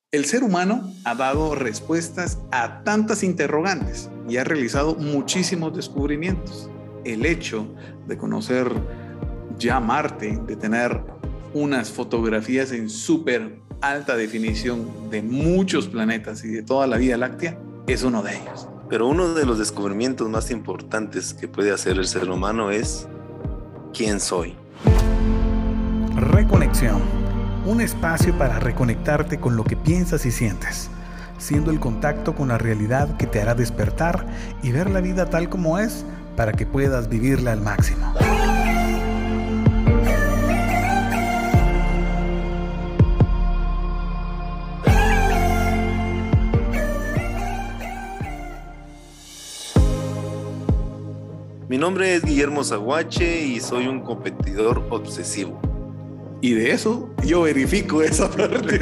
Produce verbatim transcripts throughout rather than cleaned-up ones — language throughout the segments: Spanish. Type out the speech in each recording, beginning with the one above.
El ser humano ha dado respuestas a tantas interrogantes y ha realizado muchísimos descubrimientos. El hecho de conocer ya Marte, de tener unas fotografías en súper alta definición de muchos planetas y de toda la Vía Láctea, es uno de ellos. Pero uno de los descubrimientos más importantes que puede hacer el ser humano es ¿quién soy? Reconexión. Un espacio para reconectarte con lo que piensas y sientes, siendo el contacto con la realidad que te hará despertar y ver la vida tal como es para que puedas vivirla al máximo. Mi nombre es Guillermo Zaguache y soy un competidor obsesivo. Y de eso yo verifico esa parte.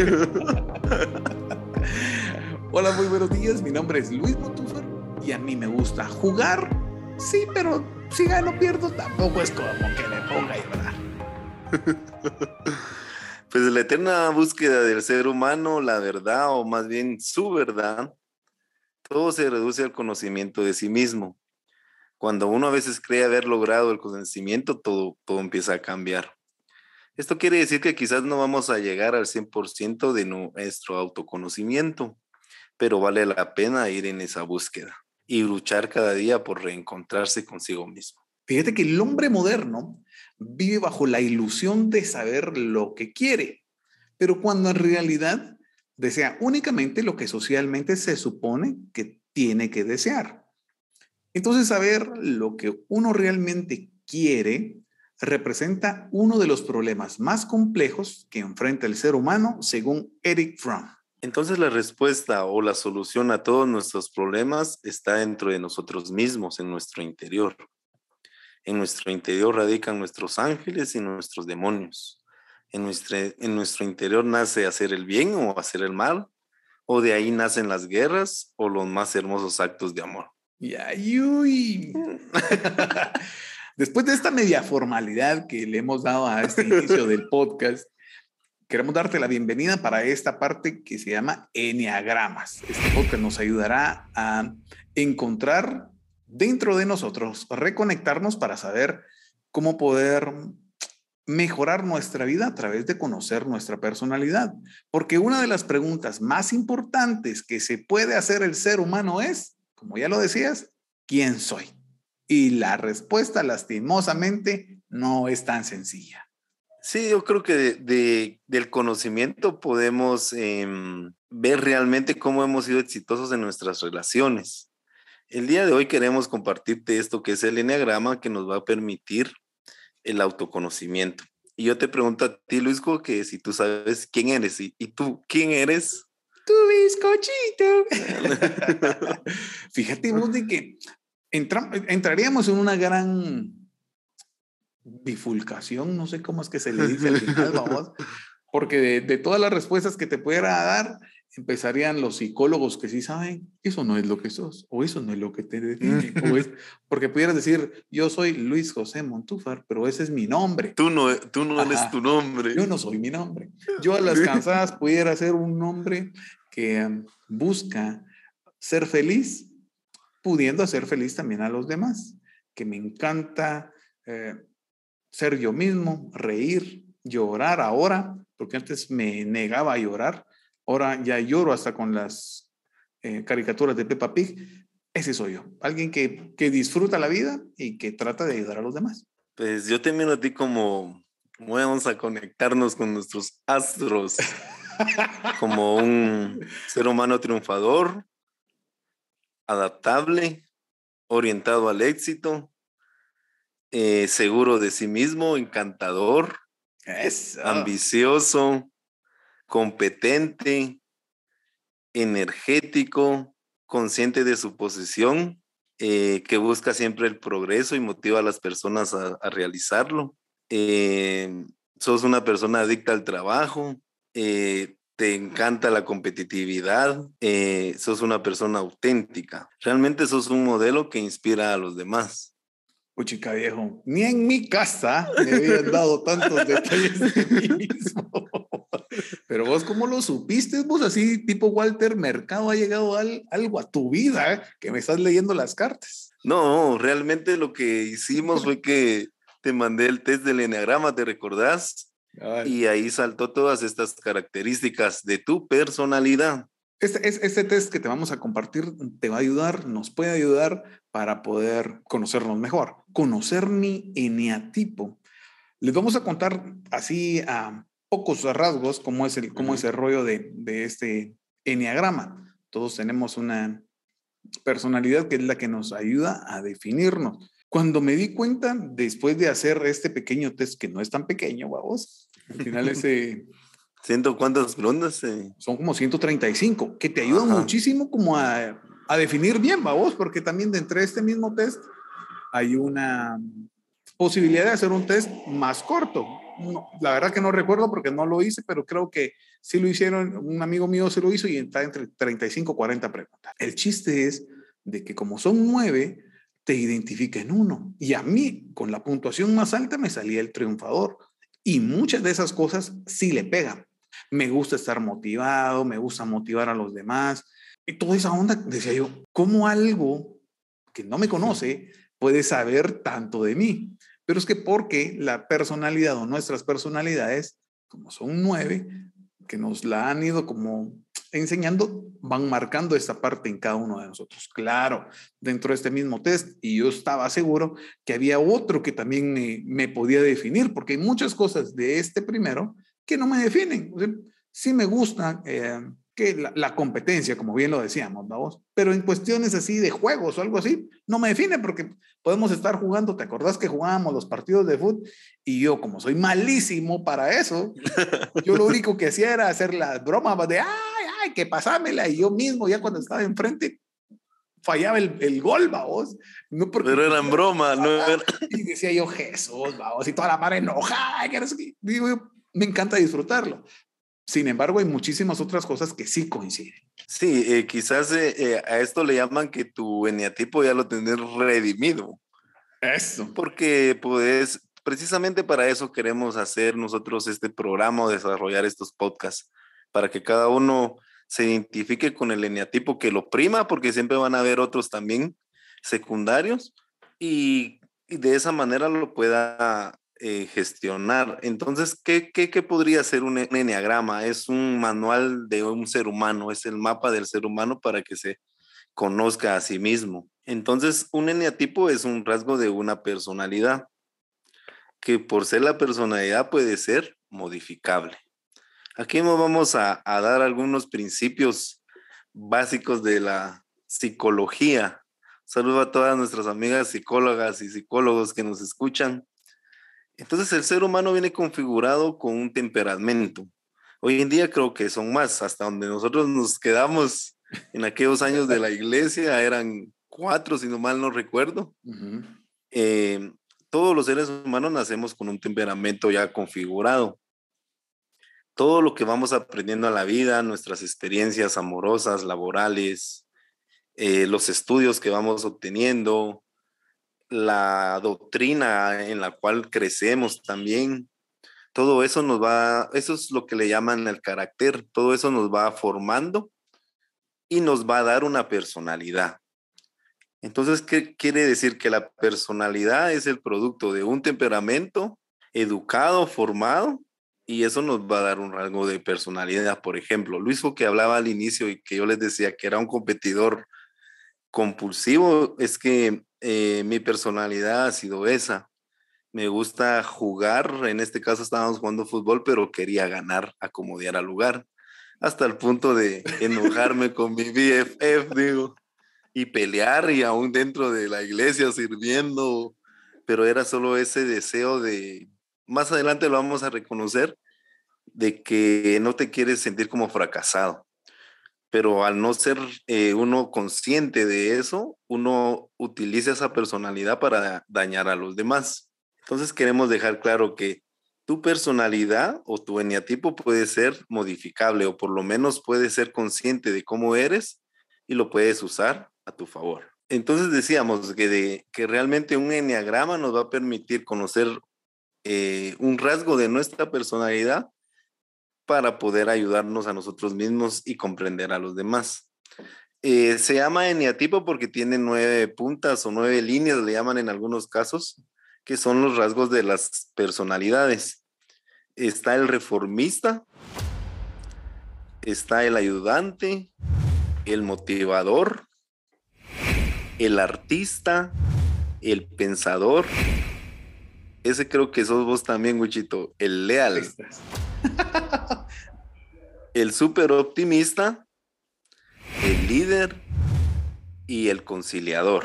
Hola, muy buenos días. Mi nombre es Luis Montúfar y a mí me gusta jugar. Sí, pero si gano pierdo, tampoco es como que me ponga a llorar. Pues la eterna búsqueda del ser humano, la verdad, o más bien su verdad, todo se reduce al conocimiento de sí mismo. Cuando uno a veces cree haber logrado el conocimiento, todo, todo empieza a cambiar. Esto quiere decir que quizás no vamos a llegar al cien por ciento de nuestro autoconocimiento, pero vale la pena ir en esa búsqueda y luchar cada día por reencontrarse consigo mismo. Fíjate que el hombre moderno vive bajo la ilusión de saber lo que quiere, pero cuando en realidad desea únicamente lo que socialmente se supone que tiene que desear. Entonces, saber lo que uno realmente quiere representa uno de los problemas más complejos que enfrenta el ser humano, según Erich Fromm. Entonces la respuesta o la solución a todos nuestros problemas está dentro de nosotros mismos, en nuestro interior. En nuestro interior radican nuestros ángeles y nuestros demonios. En nuestro, en nuestro interior nace hacer el bien o hacer el mal, o de ahí nacen las guerras o los más hermosos actos de amor. ¡Yayuy! Después de esta media formalidad que le hemos dado a este inicio del podcast, queremos darte la bienvenida para esta parte que se llama Enneagramas. Este podcast nos ayudará a encontrar dentro de nosotros, reconectarnos para saber cómo poder mejorar nuestra vida a través de conocer nuestra personalidad. Porque una de las preguntas más importantes que se puede hacer el ser humano es, como ya lo decías, ¿quién soy? Y la respuesta, lastimosamente, no es tan sencilla. Sí, yo creo que de, de, del conocimiento podemos eh, ver realmente cómo hemos sido exitosos en nuestras relaciones. El día de hoy queremos compartirte esto que es el enneagrama, que nos va a permitir el autoconocimiento. Y yo te pregunto a ti, Luisco, que si tú sabes quién eres y, y tú, ¿quién eres? Tu bizcochito. Fíjate vos de que entra, entraríamos en una gran bifurcación, no sé cómo es que se le dice al final, vamos, porque de, de todas las respuestas que te pudiera dar, empezarían los psicólogos que sí saben, eso no es lo que sos, o eso no es lo que te define, o es, porque pudieras decir, yo soy Luis José Montúfar, pero ese es mi nombre. Tú no, tú no eres Ajá. tu nombre. Yo no soy mi nombre. Yo a las cansadas pudiera ser un nombre que um, busca ser feliz, pudiendo hacer feliz también a los demás, que me encanta eh, ser yo mismo, reír, llorar ahora, porque antes me negaba a llorar, ahora ya lloro hasta con las eh, caricaturas de Peppa Pig. Ese soy yo, alguien que, que disfruta la vida y que trata de ayudar a los demás. Pues yo te miro a ti como vamos a conectarnos con nuestros astros, como un ser humano triunfador, adaptable, orientado al éxito, eh, seguro de sí mismo, encantador, Eso. ambicioso, competente, energético, consciente de su posición, eh, que busca siempre el progreso y motiva a las personas a, a realizarlo. Eh, sos una persona adicta al trabajo, eh, te encanta la competitividad, eh, sos una persona auténtica. Realmente sos un modelo que inspira a los demás. Puchica viejo, ni en mi casa me habían dado tantos detalles de mí mismo. Pero vos, ¿cómo lo supiste? Vos así, tipo Walter Mercado, ha llegado al, algo a tu vida, ¿eh? Que me estás leyendo las cartas. No, realmente lo que hicimos fue que te mandé el test del eneagrama, ¿te recordás? Ay. Y ahí saltó todas estas características de tu personalidad. Este, es- este test que te vamos a compartir te va a ayudar, nos puede ayudar para poder conocernos mejor. Conocer mi eneatipo. Les vamos a contar así a pocos rasgos cómo es el, cómo es Ujú. el rollo de, de este eneagrama. Todos tenemos una personalidad que es la que nos ayuda a definirnos. Cuando me di cuenta, después de hacer este pequeño test, que no es tan pequeño, vamos, al final ese, Siento cuántas preguntas. eh, son como ciento treinta y cinco, que te ayudan Ajá. muchísimo como a, a definir bien, vamos, porque también dentro de este mismo test hay una posibilidad de hacer un test más corto. No, la verdad que no recuerdo porque no lo hice, pero creo que sí lo hicieron, un amigo mío se lo hizo y está entre treinta y cinco y cuarenta preguntas. El chiste es de que como son nueve, te identifica en uno. Y a mí, con la puntuación más alta, me salía el triunfador. Y muchas de esas cosas sí le pegan. Me gusta estar motivado, me gusta motivar a los demás. Y toda esa onda, decía yo, ¿cómo algo que no me conoce puede saber tanto de mí? Pero es que porque la personalidad o nuestras personalidades, como son nueve, que nos la han ido como enseñando, van marcando esta parte en cada uno de nosotros. Claro, dentro de este mismo test, y yo estaba seguro que había otro que también me, me podía definir, porque hay muchas cosas de este primero que no me definen. O sea, sí me gusta eh, que la, la, competencia, como bien lo decíamos, vamos, pero en cuestiones así de juegos o algo así, no me define porque podemos estar jugando. ¿Te acordás que jugábamos los partidos de fútbol? Y yo, como soy malísimo para eso, yo lo único que hacía era hacer las bromas de, ay, ay, que pasámela. Y yo mismo, ya cuando estaba enfrente, fallaba el, el gol, vamos. No porque Pero eran quisiera. bromas, no eran... Y decía yo, Jesús, vamos, y toda la madre enojada. Que no sé qué. Digo, yo, me encanta disfrutarlo. Sin embargo, hay muchísimas otras cosas que sí coinciden. Sí, eh, quizás eh, eh, a esto le llaman que tu eneatipo ya lo tenés redimido. Eso. Porque pues precisamente para eso queremos hacer nosotros este programa o desarrollar estos podcasts, para que cada uno se identifique con el eneatipo que lo prima, porque siempre van a haber otros también secundarios y, y de esa manera lo pueda eh, gestionar. Entonces, ¿qué, qué, ¿qué podría ser un eneagrama? Es un manual de un ser humano, es el mapa del ser humano para que se conozca a sí mismo. Entonces, un eneatipo es un rasgo de una personalidad que por ser la personalidad puede ser modificable. Aquí nos vamos a, a dar algunos principios básicos de la psicología. Saludo a todas nuestras amigas psicólogas y psicólogos que nos escuchan. Entonces, el ser humano viene configurado con un temperamento. Hoy en día creo que son más, hasta donde nosotros nos quedamos en aquellos años de la iglesia, eran cuatro, si no mal no recuerdo. Uh-huh. Eh, todos los seres humanos nacemos con un temperamento ya configurado. Todo lo que vamos aprendiendo a la vida, nuestras experiencias amorosas, laborales, eh, los estudios que vamos obteniendo, la doctrina en la cual crecemos también, todo eso nos va, eso es lo que le llaman el carácter, todo eso nos va formando y nos va a dar una personalidad. Entonces, ¿qué quiere decir? Que la personalidad es el producto de un temperamento educado, formado, y eso nos va a dar un rasgo de personalidad. Por ejemplo, Luis, que hablaba al inicio y que yo les decía que era un competidor compulsivo, es que eh, mi personalidad ha sido esa. Me gusta jugar, en este caso estábamos jugando fútbol, pero quería ganar, acomodar al lugar, hasta el punto de enojarme con mi B F F, digo, y pelear y aún dentro de la iglesia sirviendo, pero era solo ese deseo de, más adelante lo vamos a reconocer, de que no te quieres sentir como fracasado. Pero al no ser eh, uno consciente de eso, uno utiliza esa personalidad para dañar a los demás. Entonces queremos dejar claro que tu personalidad o tu eneatipo puede ser modificable o por lo menos puedes ser consciente de cómo eres y lo puedes usar a tu favor. Entonces decíamos que, de, que realmente un eneagrama nos va a permitir conocer eh, un rasgo de nuestra personalidad para poder ayudarnos a nosotros mismos y comprender a los demás. Eh, se llama eneatipo porque tiene nueve puntas o nueve líneas, le llaman en algunos casos, que son los rasgos de las personalidades. Está el reformista, está el ayudante, el motivador, el artista, el pensador. Ese creo que sos vos también, Wichito, el leal. El súper optimista, el líder y el conciliador.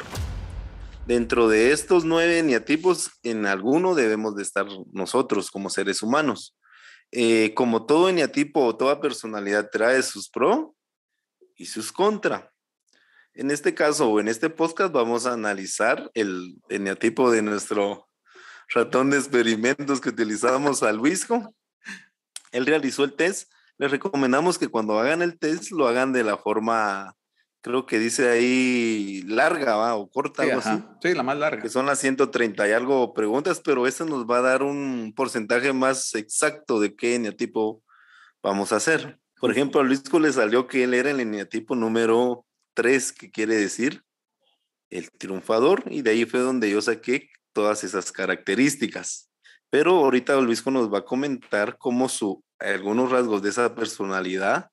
Dentro de estos nueve eneatipos, en alguno debemos de estar nosotros como seres humanos. Eh, como todo eneatipo o toda personalidad trae sus pros y sus contras. En este caso o en este podcast vamos a analizar el eneatipo de nuestro ratón de experimentos que utilizamos al Luisco. Él realizó el test. Les recomendamos que cuando hagan el test lo hagan de la forma, creo que dice ahí larga, ¿va? O corta, sí, algo ajá. así. Sí, la más larga. Que son las ciento treinta y algo preguntas, pero eso nos va a dar un porcentaje más exacto de qué eneatipo vamos a hacer. Por ejemplo, a Luisco le salió que él era el eneatipo número tres, que quiere decir el triunfador, y de ahí fue donde yo saqué todas esas características. Pero ahorita Luisco nos va a comentar cómo su, algunos rasgos de esa personalidad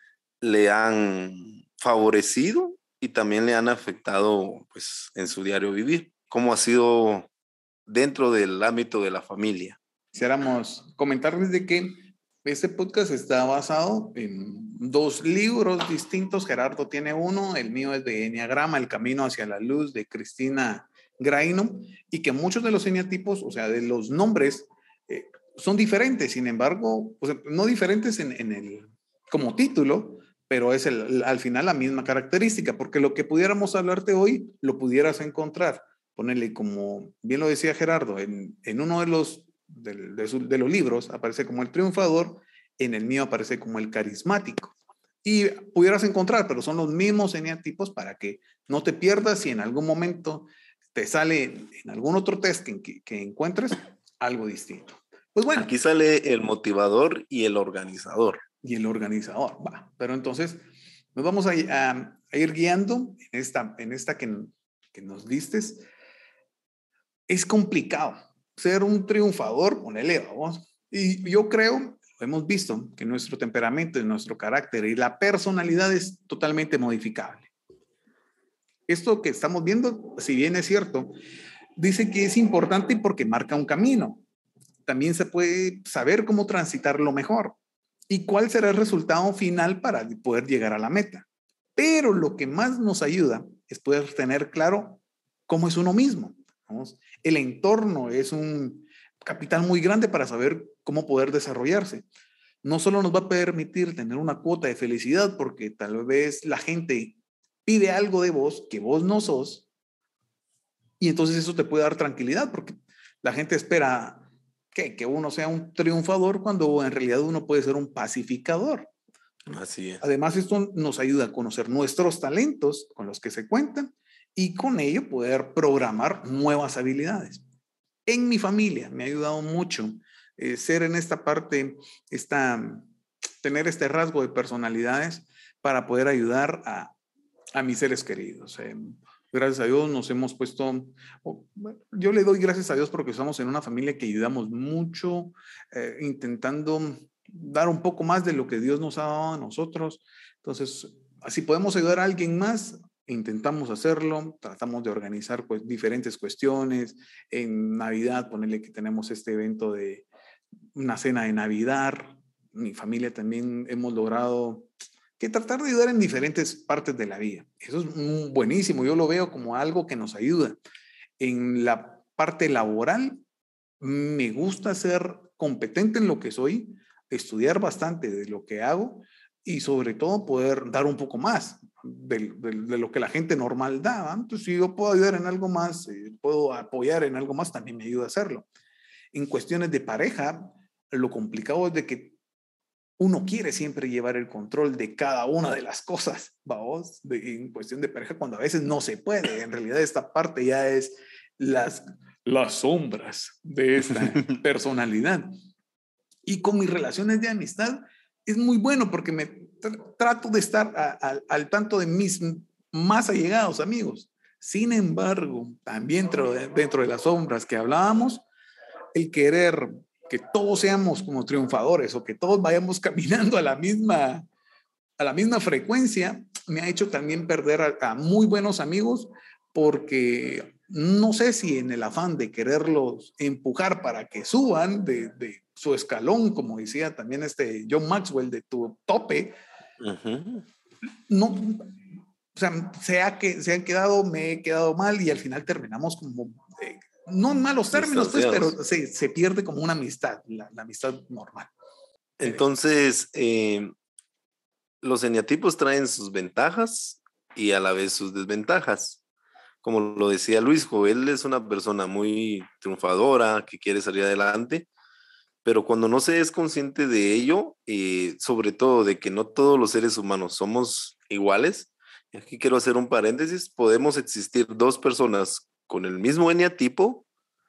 le han favorecido y también le han afectado pues, en su diario vivir. Cómo ha sido dentro del ámbito de la familia. Quisiéramos comentarles de que este podcast está basado en dos libros distintos. Gerardo tiene uno, el mío es de Eneagrama, El Camino hacia la Luz, de Cristina Graino, y que muchos de los eneatipos, o sea, de los nombres, eh, son diferentes, sin embargo, o sea, no diferentes en, en el, como título, pero es el, al final la misma característica, porque lo que pudiéramos hablarte hoy, lo pudieras encontrar. Ponerle como, bien lo decía Gerardo, en, en uno de los, de, de, su, de los libros aparece como el triunfador, en el mío aparece como el carismático. Y pudieras encontrar, pero son los mismos eneatipos para que no te pierdas si en algún momento te sale en algún otro test que, que, que encuentres algo distinto. Pues bueno. Aquí sale el motivador y el organizador. Y el organizador, va. Pero entonces nos vamos a, a, a ir guiando en esta, en esta que, que nos diste. Es complicado ser un triunfador, ponele, vamos. Y yo creo, lo hemos visto, que nuestro temperamento, nuestro carácter y la personalidad es totalmente modificable. Esto que estamos viendo, si bien es cierto, dice que es importante porque marca un camino. También se puede saber cómo transitarlo mejor y cuál será el resultado final para poder llegar a la meta. Pero lo que más nos ayuda es poder tener claro cómo es uno mismo. ¿Vamos? El entorno es un capital muy grande para saber cómo poder desarrollarse. No solo nos va a permitir tener una cuota de felicidad porque tal vez la gente pide algo de vos que vos no sos y entonces eso te puede dar tranquilidad porque la gente espera que, que uno sea un triunfador cuando en realidad uno puede ser un pacificador. Así es. Además, esto nos ayuda a conocer nuestros talentos con los que se cuentan y con ello poder programar nuevas habilidades. En mi familia me ha ayudado mucho eh, ser en esta parte, esta, tener este rasgo de personalidades para poder ayudar a, a mis seres queridos. Eh, gracias a Dios nos hemos puesto, oh, yo le doy gracias a Dios porque estamos en una familia que ayudamos mucho, eh, intentando dar un poco más de lo que Dios nos ha dado a nosotros. Entonces, si podemos ayudar a alguien más, intentamos hacerlo, tratamos de organizar pues diferentes cuestiones. En Navidad, ponerle que tenemos este evento de una cena de Navidad. Mi familia también hemos logrado que tratar de ayudar en diferentes partes de la vida. Eso es buenísimo, yo lo veo como algo que nos ayuda. En la parte laboral, me gusta ser competente en lo que soy, estudiar bastante de lo que hago y sobre todo poder dar un poco más de, de, de lo que la gente normal da. Entonces, si yo puedo ayudar en algo más, eh, puedo apoyar en algo más, también me ayuda a hacerlo. En cuestiones de pareja, lo complicado es de que uno quiere siempre llevar el control de cada una de las cosas, vamos, de, en cuestión de pareja, cuando a veces no se puede. En realidad esta parte ya es las, las sombras de esta personalidad. Y con mis relaciones de amistad, es muy bueno porque me tr- trato de estar a, a, al tanto de mis más allegados amigos. Sin embargo, también dentro de, dentro de las sombras que hablábamos, el querer que todos seamos como triunfadores o que todos vayamos caminando a la misma, a la misma frecuencia, me ha hecho también perder a, a muy buenos amigos porque no sé si en el afán de quererlos empujar para que suban de, de su escalón, como decía también este John Maxwell, de tu tope, Uh-huh. no, o sea, se, ha que, se han quedado, me he quedado mal y al final terminamos como, eh, no en malos términos, pues, pero se, se pierde como una amistad, la, la amistad normal. Entonces, eh, los eneatipos traen sus ventajas y a la vez sus desventajas. Como lo decía Luis, él es una persona muy triunfadora, que quiere salir adelante, pero cuando no se es consciente de ello, eh, sobre todo de que no todos los seres humanos somos iguales, y aquí quiero hacer un paréntesis, podemos existir dos personas con el mismo eneatipo,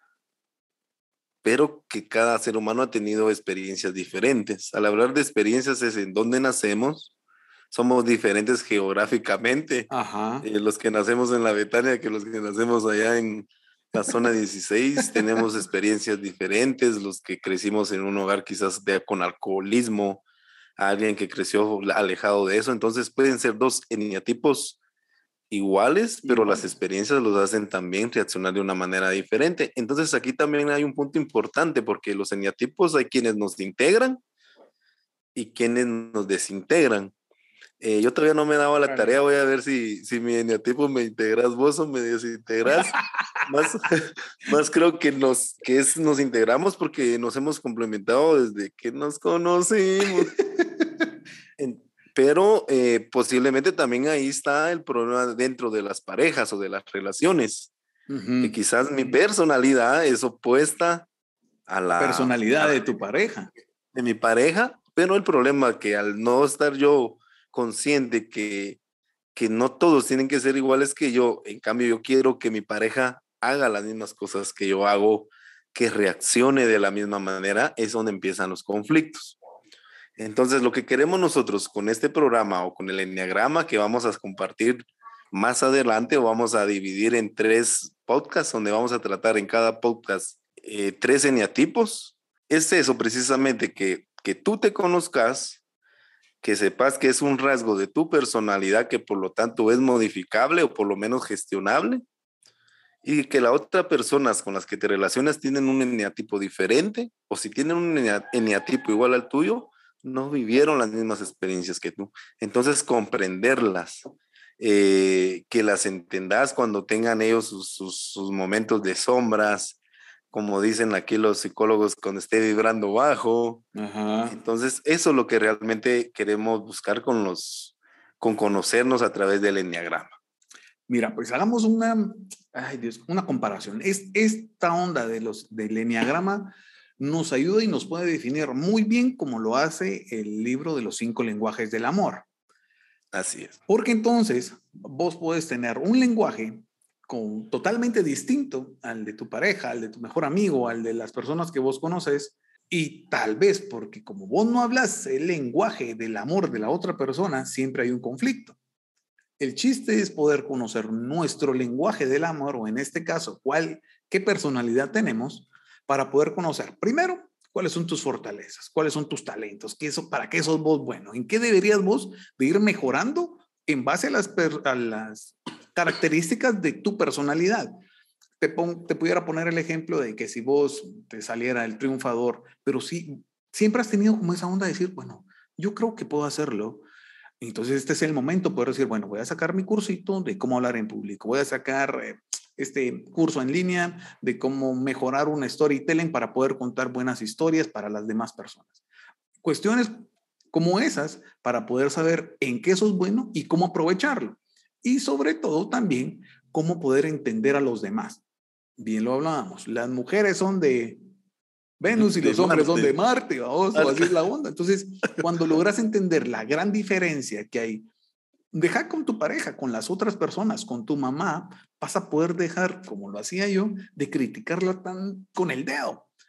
pero que cada ser humano ha tenido experiencias diferentes. Al hablar de experiencias es en dónde nacemos, somos diferentes geográficamente. Ajá. Eh, los que nacemos en la Betania, que los que nacemos allá en la zona dieciséis, tenemos experiencias diferentes. Los que crecimos en un hogar quizás de, con alcoholismo, alguien que creció alejado de eso. Entonces pueden ser dos eneatipos iguales, pero Igual. las experiencias los hacen también reaccionar de una manera diferente. Entonces aquí también hay un punto importante, porque los eneatipos hay quienes nos integran y quienes nos desintegran. Eh, yo todavía no me he dado la tarea, voy a ver si, si mi eneatipo me integras vos o me desintegras. más, más creo que nos, que es, nos integramos porque nos hemos complementado desde que nos conocimos. En, pero eh, posiblemente también ahí está el problema dentro de las parejas o de las relaciones, Uh-huh. que quizás mi personalidad es opuesta a la, la personalidad a la de tu pareja. De mi pareja, pero el problema es que al no estar yo consciente que, que no todos tienen que ser iguales que yo, en cambio yo quiero que mi pareja haga las mismas cosas que yo hago, que reaccione de la misma manera, es donde empiezan los conflictos. Entonces, lo que queremos nosotros con este programa o con el enneagrama que vamos a compartir más adelante o vamos a dividir en tres podcasts donde vamos a tratar en cada podcast eh, tres eneatipos, es eso precisamente, que, que tú te conozcas, que sepas que es un rasgo de tu personalidad que por lo tanto es modificable o por lo menos gestionable, y que las otras personas con las que te relacionas tienen un eneatipo diferente, o si tienen un eneatipo igual al tuyo, no vivieron las mismas experiencias que tú. Entonces, comprenderlas, eh, que las entendas cuando tengan ellos sus, sus, sus momentos de sombras, como dicen aquí los psicólogos, cuando esté vibrando bajo. Ajá. Entonces, eso es lo que realmente queremos buscar con los, con conocernos a través del enneagrama. Mira, pues hagamos una, ay Dios, una comparación. Es, esta onda de los, del enneagrama nos ayuda y nos puede definir muy bien como lo hace el libro de los cinco lenguajes del amor. Así es. Porque entonces vos puedes tener un lenguaje con, totalmente distinto al de tu pareja, al de tu mejor amigo, al de las personas que vos conoces, y tal vez porque como vos no hablas el lenguaje del amor de la otra persona, siempre hay un conflicto. El chiste es poder conocer nuestro lenguaje del amor, o en este caso, cuál, qué personalidad tenemos, para poder conocer, primero, cuáles son tus fortalezas, cuáles son tus talentos, qué eso, para qué sos vos bueno, en qué deberías vos de ir mejorando en base a las, a las características de tu personalidad. Te, pon, te pudiera poner el ejemplo de que si vos te saliera el triunfador, pero sí, siempre has tenido como esa onda de decir, bueno, yo creo que puedo hacerlo. Entonces este es el momento, poder decir, bueno, voy a sacar mi cursito de cómo hablar en público, voy a sacar eh, este curso en línea de cómo mejorar un storytelling para poder contar buenas historias para las demás personas. Cuestiones como esas para poder saber en qué sos bueno y cómo aprovecharlo. Y sobre todo también cómo poder entender a los demás. Bien lo hablábamos, las mujeres son de Venus y de los hombres Marte. son de Marte, vamos, o así es la onda. Entonces, cuando logras entender la gran diferencia que hay, deja con tu pareja, con las otras personas, con tu mamá, vas a poder dejar, como lo hacía yo, de criticarla tan con el dedo.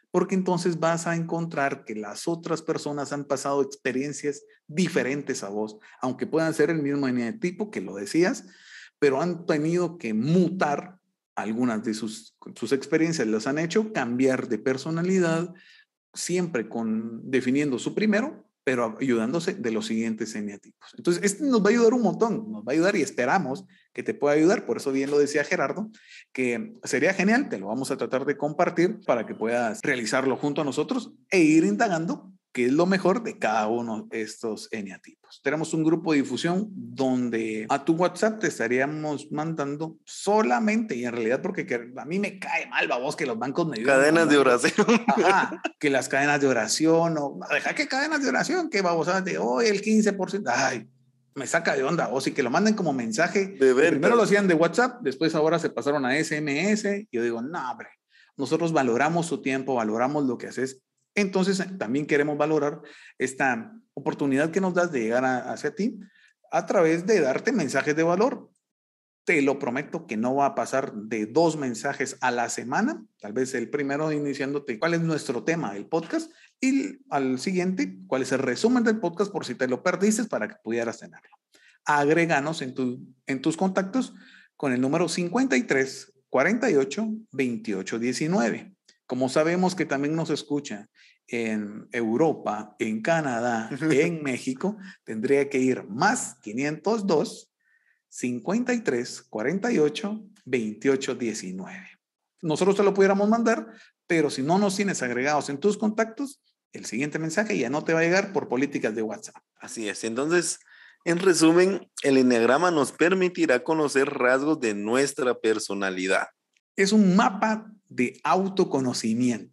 porque entonces vas a encontrar que las otras personas han pasado experiencias diferentes a vos, aunque puedan ser el mismo eneatipo que lo decías, pero han tenido que mutar algunas de sus, sus experiencias, las han hecho cambiar de personalidad, siempre con, definiendo su primero, pero ayudándose de los siguientes eneatipos. Entonces, este nos va a ayudar un montón, nos va a ayudar y esperamos que te pueda ayudar. Por eso bien lo decía Gerardo, que sería genial, te lo vamos a tratar de compartir para que puedas realizarlo junto a nosotros e ir indagando qué es lo mejor de cada uno de estos eneatipos. Tenemos un grupo de difusión donde a tu WhatsApp te estaríamos mandando solamente, y en realidad porque a mí me cae mal, babos, que los bancos me digan cadenas de oración. Ajá, que las cadenas de oración, o deja que cadenas de oración, que babosas de hoy el quince por ciento, ay, me saca de onda, o sí que lo manden como mensaje. De Primero lo hacían de WhatsApp, después ahora se pasaron a S M S, y yo digo, no, hombre, nosotros valoramos tu tiempo, valoramos lo que haces. Entonces, también queremos valorar esta oportunidad que nos das de llegar a, hacia ti a través de darte mensajes de valor. Te lo prometo que no va a pasar de dos mensajes a la semana. Tal vez el primero iniciándote cuál es nuestro tema del podcast y al siguiente cuál es el resumen del podcast por si te lo perdiste para que pudieras tenerlo. Agréganos en, tu, en tus contactos con el número cincuenta y tres, cuarenta y ocho, veintiocho, diecinueve. Como sabemos que también nos escucha en Europa, en Canadá, en México, tendría que ir más quinientos dos, cincuenta y tres, cuarenta y ocho, veintiocho, diecinueve. Nosotros te lo pudiéramos mandar, pero si no nos tienes agregados en tus contactos, el siguiente mensaje ya no te va a llegar por políticas de WhatsApp. Así es. Entonces, en resumen, el eneagrama nos permitirá conocer rasgos de nuestra personalidad. Es un mapa de autoconocimiento.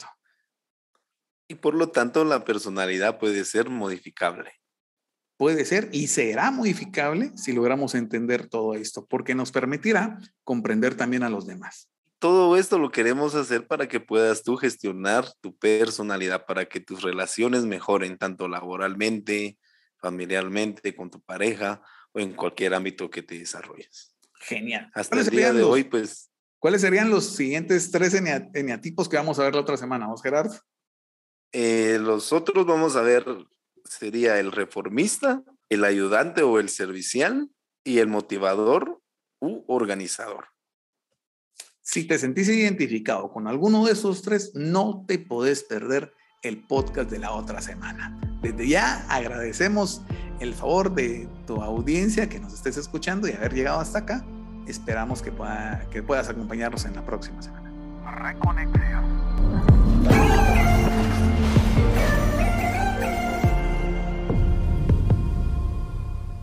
Y por lo tanto, la personalidad puede ser modificable. Puede ser y será modificable si logramos entender todo esto, porque nos permitirá comprender también a los demás. Todo esto lo queremos hacer para que puedas tú gestionar tu personalidad, para que tus relaciones mejoren tanto laboralmente, familiarmente, con tu pareja o en cualquier ámbito que te desarrolles. Genial. Hasta el día de los, hoy, pues... ¿Cuáles serían los siguientes tres eneatipos que vamos a ver la otra semana, vos, Gerardo? Eh, los otros vamos a ver, sería el reformista, el ayudante o el servicial y el motivador u organizador. Si te sentís identificado con alguno de esos tres, no te podés perder el podcast de la otra semana. Desde ya agradecemos el favor de tu audiencia que nos estés escuchando y haber llegado hasta acá. Esperamos que, pueda, que puedas acompañarnos en la próxima semana. Reconexión.